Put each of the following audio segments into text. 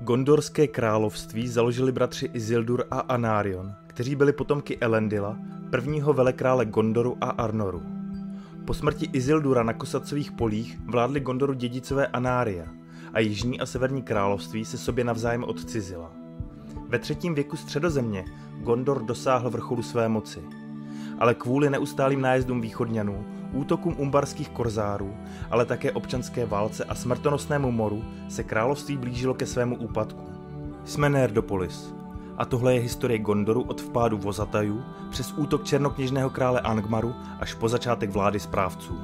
Gondorské království založili bratři Isildur a Anarion, kteří byli potomky Elendila, prvního velekrále Gondoru a Arnoru. Po smrti Isildura na Kosacových polích vládli Gondoru dědicové Anária a jižní a severní království se sobě navzájem odcizila. Ve 3. věku Středozemě Gondor dosáhl vrcholu své moci. Ale kvůli neustálým nájezdům východňanů, útokům umbarských korzárů, ale také občanské válce a smrtonosnému moru se království blížilo ke svému úpadku. Jsme Nerdopolis. A tohle je historie Gondoru od vpádu Vozatajů přes útok černokněžného krále Angmaru až po začátek vlády správců.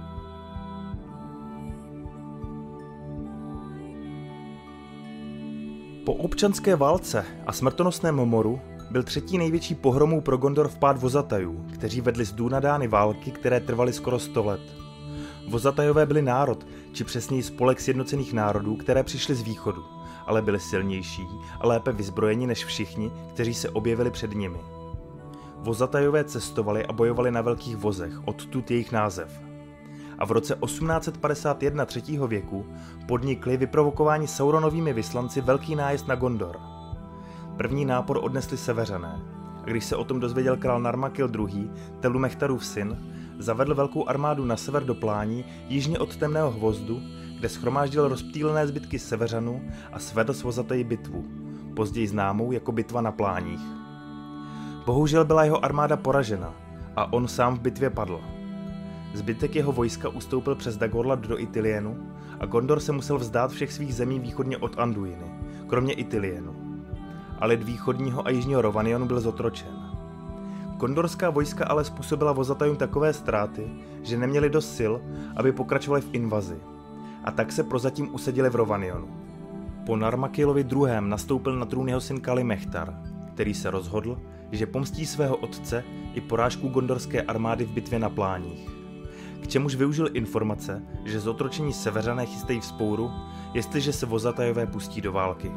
Po občanské válce a smrtonosném moru byl 3. největší pohromou pro Gondor vpád Vozatajů, kteří vedli z Dúnadány války, které trvaly skoro 100 let. Vozatajové byli národ, či přesněji spolek sjednocených národů, které přišly z východu, ale byli silnější a lépe vyzbrojeni než všichni, kteří se objevili před nimi. Vozatajové cestovali a bojovali na velkých vozech, odtud jejich název. A v roce 1851 3. věku podnikli vyprovokováni Sauronovými vyslanci velký nájezd na Gondor. První nápor odnesli Severané, a když se o tom dozvěděl král Narmakil II., Telumechtarův syn, zavedl velkou armádu na sever do Plání, jižně od Temného hvozdu, kde shromáždil rozptýlené zbytky Severanů a svedl s Vozataji bitvu, později známou jako bitva na Pláních. Bohužel byla jeho armáda poražena a on sám v bitvě padl. Zbytek jeho vojska ustoupil přes Dagorlad do Ithilienu a Gondor se musel vzdát všech svých zemí východně od Anduiny, kromě Ithilienu. A lid východního a jižního Rovanionu byl zotročen. Gondorská vojska ale způsobila Vozatajům takové ztráty, že neměli dost sil, aby pokračovali v invazi, a tak se prozatím usadili v Rovanionu. Po Narmakilovi II. Nastoupil na trůn jeho syn Kalimechtar, který se rozhodl, že pomstí svého otce i porážku gondorské armády v bitvě na Pláních. K čemuž využil informace, že zotročení Severané chystají vzpouru, jestliže se Vozatajové pustí do války.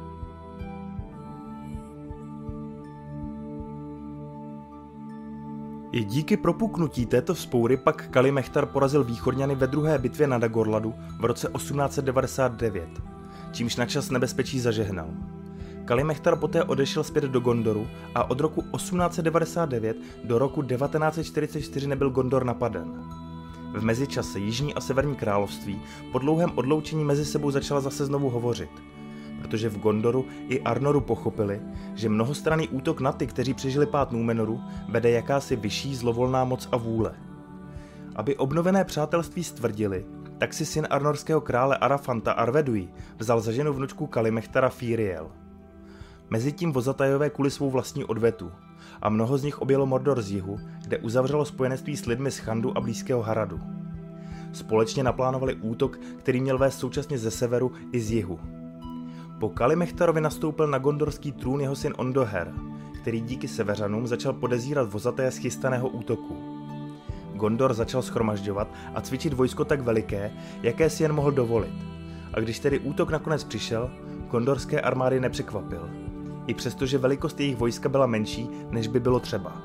I díky propuknutí této vzpoury pak Kalimechtar porazil východňany ve druhé bitvě na Dagorladu v roce 1899, čímž načas nebezpečí zažehnal. Kalimechtar poté odešel zpět do Gondoru a od roku 1899 do roku 1944 nebyl Gondor napaden. V mezičase Jižní a Severní království po dlouhém odloučení mezi sebou začala zase znovu hovořit, protože v Gondoru i Arnoru pochopili, že mnohostranný útok na ty, kteří přežili pád Númenoru, vede jakási vyšší zlovolná moc a vůle. Aby obnovené přátelství stvrdili, tak si syn arnorského krále Arafanta Arvedui vzal za ženu vnučku Kalimechtara Fíriel. Mezitím Vozatajové kvůli svou vlastní odvetu a mnoho z nich objelo Mordor z jihu, kde uzavřelo spojenectví s lidmi z Chandu a blízkého Haradu. Společně naplánovali útok, který měl vést současně ze severu i z jihu. Po Kalimechtarovi nastoupil na gondorský trůn jeho syn Ondoher, který díky Severanům začal podezírat Vozataje z chystaného útoku. Gondor začal shromažďovat a cvičit vojsko tak veliké, jaké si jen mohl dovolit. A když tedy útok nakonec přišel, gondorské armády nepřekvapil. I přestože velikost jejich vojska byla menší, než by bylo třeba.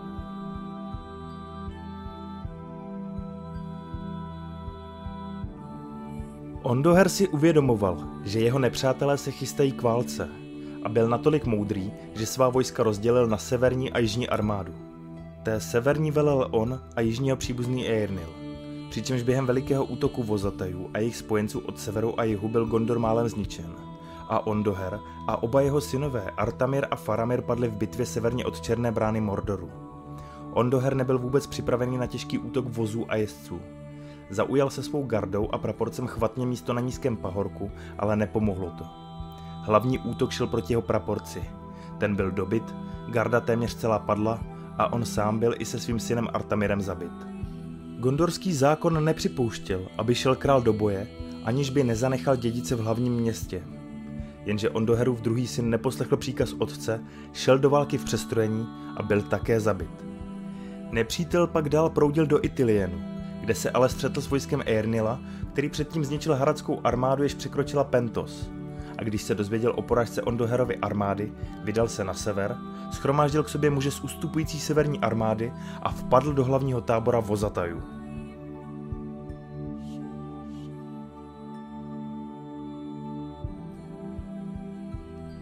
Ondoher si uvědomoval, že jeho nepřátelé se chystají k válce a byl natolik moudrý, že svá vojska rozdělil na severní a jižní armádu. Té severní velel on a jižního příbuzný Eärnil, přičemž během velikého útoku Vozatajů a jejich spojenců od severu a jihu byl Gondor málem zničen. A Ondoher a oba jeho synové Artamir a Faramir padli v bitvě severně od Černé brány Mordoru. Ondoher nebyl vůbec připravený na těžký útok vozů a jezdců. Zaujal se svou gardou a praporcem chvatně místo na nízkém pahorku, ale nepomohlo to. Hlavní útok šel proti jeho praporci. Ten byl dobyt, garda téměř celá padla a on sám byl i se svým synem Artamirem zabit. Gondorský zákon nepřipouštěl, aby šel král do boje, aniž by nezanechal dědice v hlavním městě. Jenže Ondoherův druhý syn neposlechl příkaz otce, šel do války v přestrojení a byl také zabit. Nepřítel pak dál proudil do Ithilienu, kde se ale střetl s vojskem Eärnila, který předtím zničil hradskou armádu, jež překročila Pentos. A když se dozvěděl o porážce Ondoherovy armády, vydal se na sever, shromáždil k sobě muže z ustupující severní armády a vpadl do hlavního tábora Vozatajů.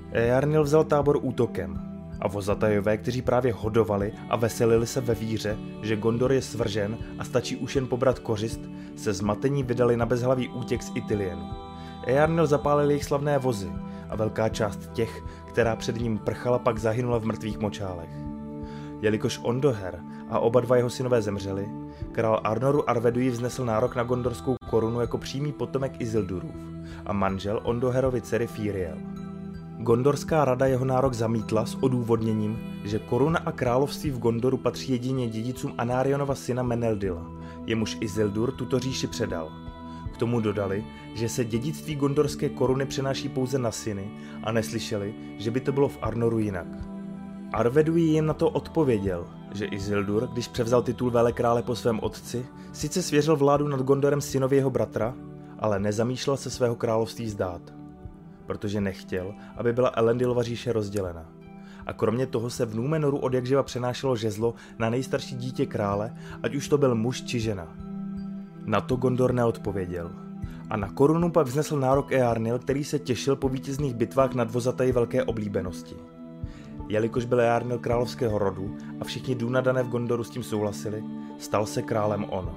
Eärnil vzal tábor útokem a Vozatajové, kteří právě hodovali a veselili se ve víře, že Gondor je svržen a stačí už jen pobrat kořist, se zmatení vydali na bezhlavý útěk z Ithilienu. Eärnil zapálil jejich slavné vozy a velká část těch, která před ním prchala, pak zahynula v mrtvých močálech. Jelikož Ondoher a oba dva jeho synové zemřeli, král Arnoru Arveduji vznesl nárok na gondorskou korunu jako přímý potomek Isildurův a manžel Ondoherovy dcery Fíriel. Gondorská rada jeho nárok zamítla s odůvodněním, že koruna a království v Gondoru patří jedině dědicům Anarionova syna Meneldila, jemuž Isildur tuto říši předal. K tomu dodali, že se dědictví gondorské koruny přenáší pouze na syny a neslyšeli, že by to bylo v Arnoru jinak. Arveduji jim na to odpověděl, že Isildur, když převzal titul velekrále po svém otci, sice svěřil vládu nad Gondorem synovi jeho bratra, ale nezamýšlel se svého království vzdát, protože nechtěl, aby byla Elendilova říše rozdělena. A kromě toho se v Númenoru odjakživa přenášelo žezlo na nejstarší dítě krále, ať už to byl muž či žena. Na to Gondor neodpověděl. A na korunu pak vznesl nárok Eärnil, který se těšil po vítězných bitvách nad Vozataji velké oblíbenosti. Jelikož byl Eärnil královského rodu a všichni Dúnadané v Gondoru s tím souhlasili, stal se králem on.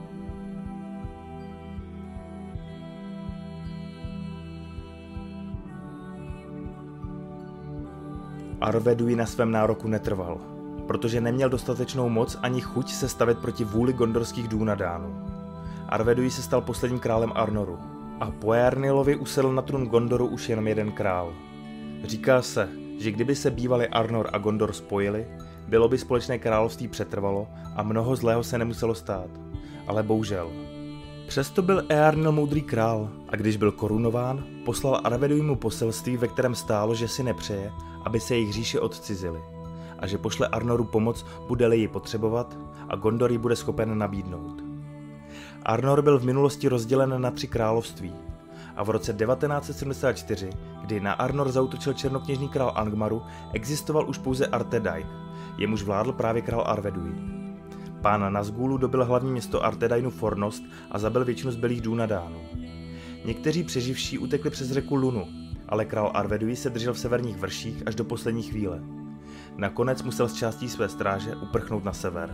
Arveduji na svém nároku netrval, protože neměl dostatečnou moc ani chuť se stavět proti vůli gondorských Dúnadánů. Arveduji se stal posledním králem Arnoru a po Eärnilovi usedl na trůn Gondoru už jenom jeden král. Říká se, že kdyby se bývali Arnor a Gondor spojili, bylo by společné království přetrvalo a mnoho zlého se nemuselo stát. Ale bohužel. Přesto byl Eärnil moudrý král a když byl korunován, poslal Arvedujimu poselství, ve kterém stálo, že si nepřeje, aby se jejich říše odcizily a že pošle Arnoru pomoc, bude-li ji potřebovat a Gondor ji bude schopen nabídnout. Arnor byl v minulosti rozdělen na 3 království a v roce 1974, kdy na Arnor zaútočil černokněžný král Angmaru, existoval už pouze Arthedain, jemuž vládl právě král Arveduji. Pán Nazgûlu dobil hlavní město Arthedainu Fornost a zabil většinu zbylých Dúnadánů. Někteří přeživší utekli přes řeku Lunu, ale král Arveduji se držel v severních vrších až do poslední chvíle. Nakonec musel z částí své stráže uprchnout na sever.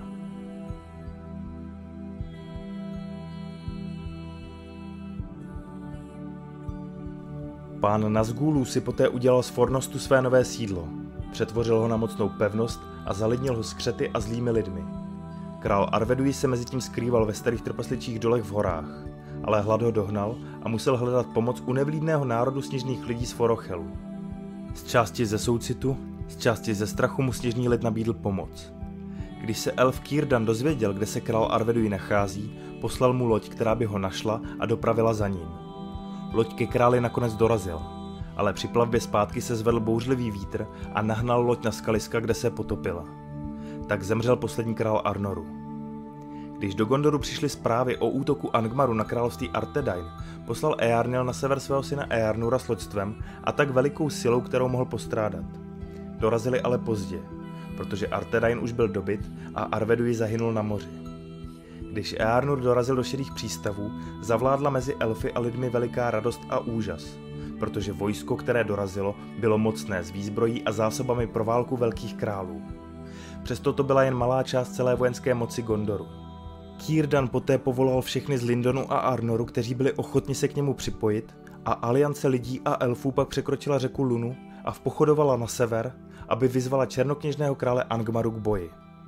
Pán Nazgûlu si poté udělal z Fornostu své nové sídlo, přetvořil ho na mocnou pevnost a zalidnil ho skřety a zlými lidmi. Král Arveduji se mezitím skrýval ve starých trpasličích dolech v horách, ale hlad ho dohnal a musel hledat pomoc u nevlídného národu sněžných lidí z Forochelu. Z části ze soucitu, z části ze strachu mu sněžný lid nabídl pomoc. Když se elf Círdan dozvěděl, kde se král Arveduji nachází, poslal mu loď, která by ho našla a dopravila za ním. Loď ke králi nakonec dorazil, ale při plavbě zpátky se zvedl bouřlivý vítr a nahnal loď na skaliska, kde se potopila. Tak zemřel poslední král Arnoru. Když do Gondoru přišly zprávy o útoku Angmaru na království Arthedain, poslal Eärnil na sever svého syna Eärnura s loďstvem a tak velikou silou, kterou mohl postrádat. Dorazili ale pozdě, protože Arthedain už byl dobyt a Arveduji zahynul na moři. Když Eärnur dorazil do šedých přístavů, zavládla mezi elfy a lidmi veliká radost a úžas, protože vojsko, které dorazilo, bylo mocné s výzbrojí a zásobami pro válku velkých králů. Přesto to byla jen malá část celé vojenské moci Gondoru. Círdan poté povolal všechny z Lindonu a Arnoru, kteří byli ochotni se k němu připojit, a aliance lidí a elfů pak překročila řeku Lunu a vpochodovala na sever, aby vyzvala černokněžného krále Angmaru k boji.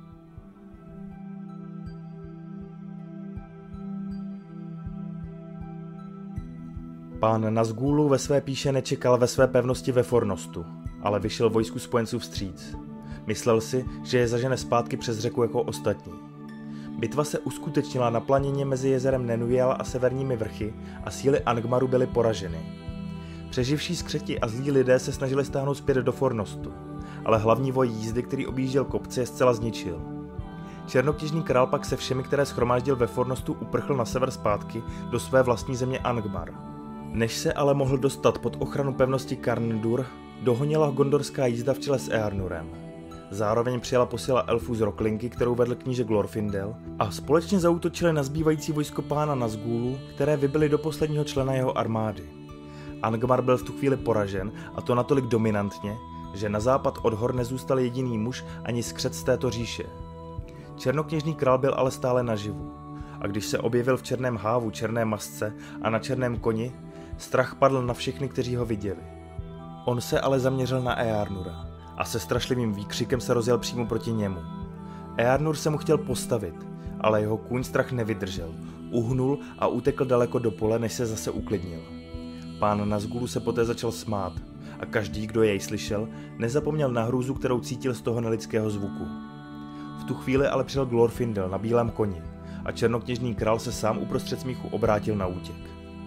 Pán Nazgûlu ve své píše nečekal ve své pevnosti ve Fornostu, ale vyšel vojsku spojenců vstříc. Myslel si, že je zažene zpátky přes řeku jako ostatní. Bitva se uskutečnila na planině mezi jezerem Nenujal a severními vrchy a síly Angmaru byly poraženy. Přeživší skřeti a zlí lidé se snažili stáhnout zpět do Fornostu, ale hlavní voj jízdy, který objížděl kopce, je zcela zničil. Černokněžný král pak se všemi, které shromáždil ve Fornostu, uprchl na sever zpátky do své vlastní země Angmar. Než se ale mohl dostat pod ochranu pevnosti Carndur, dohonila gondorská jízda v čele s Eärnurem. Zároveň přijela posila elfů z Roklinky, kterou vedl kníže Glorfindel, a společně zaútočili na zbývající vojsko pána Nazgûlu, které vybili do posledního člena jeho armády. Angmar byl v tu chvíli poražen, a to natolik dominantně, že na západ od hor nezůstal jediný muž ani skřet z této říše. Černokněžný král byl ale stále naživu, a když se objevil v černém hávu, černé masce a na černém koni, strach padl na všechny, kteří ho viděli. On se ale zaměřil na Eärnura a se strašlivým výkřikem se rozjel přímo proti němu. Eärnur se mu chtěl postavit, ale jeho kůň strach nevydržel, uhnul a utekl daleko do pole, než se zase uklidnil. Pán Nazgulu se poté začal smát a každý, kdo jej slyšel, nezapomněl na hrůzu, kterou cítil z toho nelidského zvuku. V tu chvíli ale přijel Glorfindel na bílém koni a černokněžný král se sám uprostřed smíchu obrátil na útěk.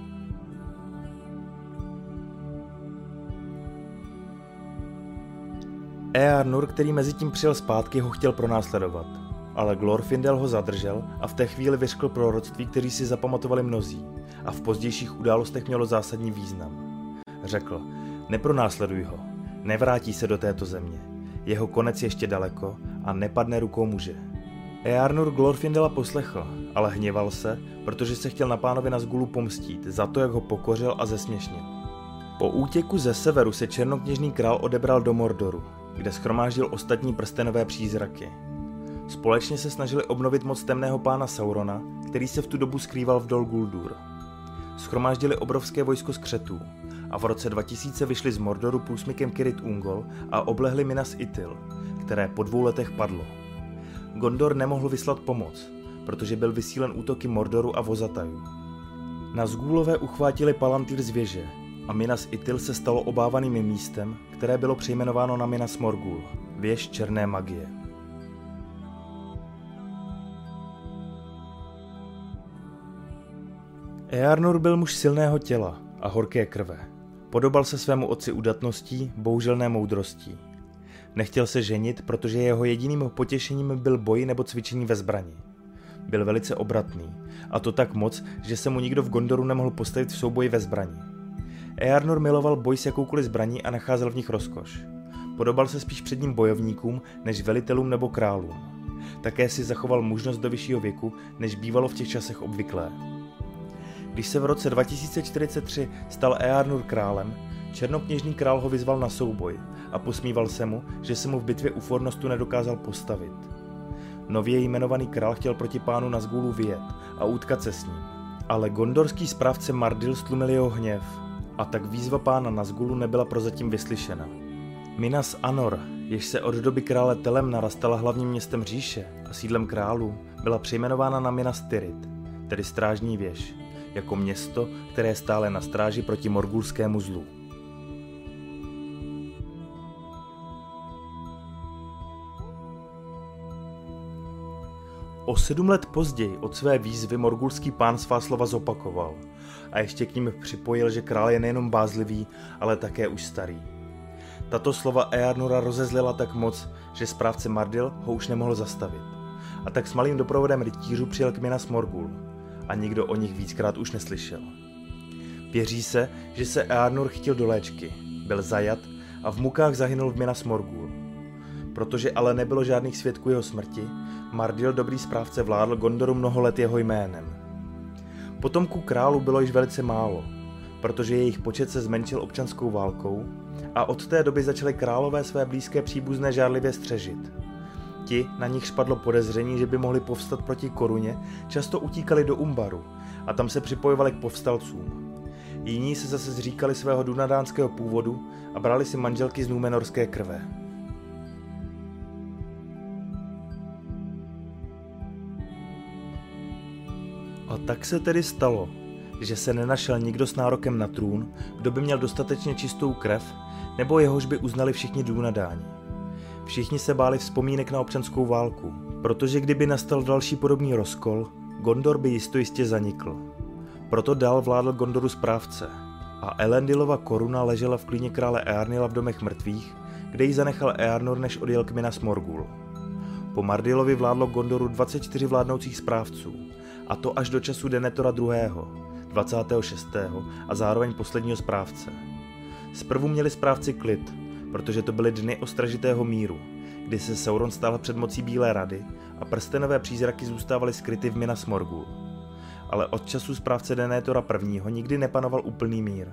Eärnur, který mezitím přijel zpátky, ho chtěl pronásledovat, ale Glorfindel ho zadržel a v té chvíli vyřkl proroctví, kteří si zapamatovali mnozí a v pozdějších událostech mělo zásadní význam. Řekl: nepronásleduj ho, nevrátí se do této země, jeho konec je ještě daleko a nepadne rukou muže. Eärnur Glorfindela poslechl, ale hněval se, protože se chtěl na pánovi Nazgulu pomstít za to, jak ho pokořil a zesměšnil. Po útěku ze severu se černokněžný král odebral do Mordoru, kde shromáždil ostatní prstenové přízraky. Společně se snažili obnovit moc temného pána Saurona, který se v tu dobu skrýval v Dol Guldur. Shromáždili obrovské vojsko skřetů a v roce 2000 vyšli z Mordoru průsmykem Kirit Ungol a oblehli Minas Ithil, které po 2 letech padlo. Gondor nemohl vyslat pomoc, protože byl vysílen útoky Mordoru a Vozatajů. Nazgûlové uchvátili Palantir z věže a Minas Ithil se stalo obávaným místem, které bylo přejmenováno na Minas Morgul, věž černé magie. Eärnur byl muž silného těla a horké krve. Podobal se svému otci udatností, bohužel ne moudrostí. Nechtěl se ženit, protože jeho jediným potěšením byl boj nebo cvičení ve zbrani. Byl velice obratný, a to tak moc, že se mu nikdo v Gondoru nemohl postavit v souboji ve zbrani. Eärnur miloval boj s jakoukoliv zbraní a nacházel v nich rozkoš. Podobal se spíš předním bojovníkům než velitelům nebo králům. Také si zachoval mužnost do vyššího věku, než bývalo v těch časech obvyklé. Když se v roce 2043 stal Eärnur králem, černokněžný král ho vyzval na souboj a posmíval se mu, že se mu v bitvě u Fornostu nedokázal postavit. Nově jmenovaný král chtěl proti pánu Nazgulu vyjet a utkat se s ním, ale gondorský správce Mardil stlumil jeho hněv a tak výzva pána Nazgulu nebyla prozatím vyslyšena. Minas Anor, jež se od doby krále Telemnara stala hlavním městem říše a sídlem králů, byla přejmenována na Minas Tirith, tedy strážní věž, jako město, které je stále na stráži proti morgulskému zlu. O 7 let později od své výzvy morgulský pán svá slova zopakoval a ještě k nim připojil, že král je nejenom bázlivý, ale také už starý. Tato slova Eärnura rozezlila tak moc, že správce Mardil ho už nemohl zastavit. A tak s malým doprovodem rytířů přijel k Minas Morgul a nikdo o nich víckrát už neslyšel. Věří se, že se Eärnur chytil do léčky, byl zajat a v mukách zahynul v Minas Morgul. Protože ale nebylo žádných svědků jeho smrti, Mardil, dobrý správce, vládl Gondoru mnoho let jeho jménem. Potomků králu bylo již velice málo, protože jejich počet se zmenšil občanskou válkou a od té doby začaly králové své blízké příbuzné žárlivě střežit. Ti, na nich spadlo podezření, že by mohli povstat proti koruně, často utíkali do Umbaru a tam se připojovali k povstalcům. Jiní se zase zříkali svého dunadánského původu a brali si manželky z númenorské krve. A tak se tedy stalo, že se nenašel nikdo s nárokem na trůn, kdo by měl dostatečně čistou krev, nebo jehož by uznali všichni Dunadáni. Všichni se báli vzpomínek na občanskou válku, protože kdyby nastal další podobný rozkol, Gondor by jistě zanikl. Proto dál vládl Gondoru správce a Elendilova koruna ležela v klíně krále Eärnila v domech mrtvých, kde ji zanechal Eärnur, než odjel k Minas Morgul. Po Mardilovi vládlo Gondoru 24 vládnoucích správců, a to až do času Denethora II., 26. a zároveň posledního správce. Zprvu měli správci klid, protože to byly dny ostražitého míru, kdy se Sauron stál před mocí Bílé rady a prstenové přízraky zůstávaly skryty v Minas Morgul. Ale od času správce Denethora I. nikdy nepanoval úplný mír.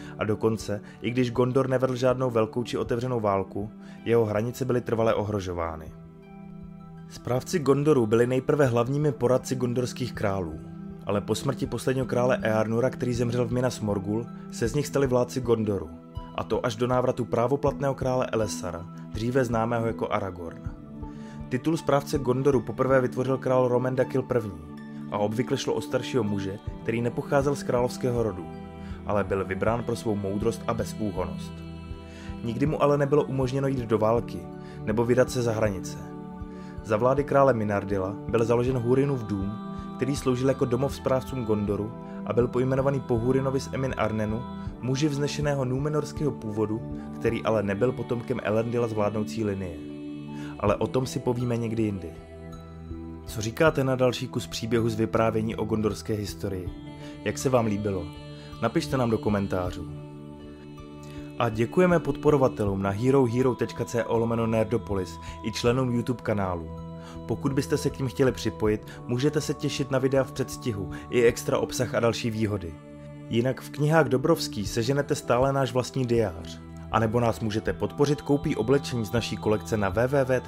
a dokonce, i když Gondor nevedl žádnou velkou či otevřenou válku, jeho hranice byly trvale ohrožovány. Správci Gondoru byli nejprve hlavními poradci gondorských králů, ale po smrti posledního krále Eärnura, který zemřel v Minas Morgul, se z nich stali vládci Gondoru, a to až do návratu právoplatného krále Elessara, dříve známého jako Aragorn. Titul správce Gondoru poprvé vytvořil král Romendakil I. A obvykle šlo o staršího muže, který nepocházel z královského rodu, ale byl vybrán pro svou moudrost a bezúhonnost. Nikdy mu ale nebylo umožněno jít do války nebo vydat se za hranice. Za vlády krále Minardila byl založen Húrinův dům, který sloužil jako domov správcům Gondoru a byl pojmenovaný po Húrinovi z Emin Arnenu, muži vznešeného númenorského původu, který ale nebyl potomkem Elendila z vládnoucí linie. Ale o tom si povíme někdy jindy. Co říkáte na další kus příběhu z vyprávění o gondorské historii? Jak se vám líbilo? Napište nám do komentářů. A děkujeme podporovatelům na herohero.co/nerdopolis i členům YouTube kanálu. Pokud byste se k ním chtěli připojit, můžete se těšit na videa v předstihu, i extra obsah a další výhody. Jinak v knihách Dobrovský seženete stále náš vlastní diář. A nebo nás můžete podpořit koupí oblečení z naší kolekce na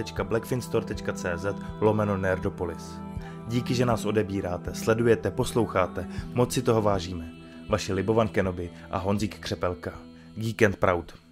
www.blackfinstore.cz/nerdopolis. Díky, že nás odebíráte, sledujete, posloucháte, moc si toho vážíme. Vaše Libovan Kenobi a Honzík Křepelka. Geek and Proud.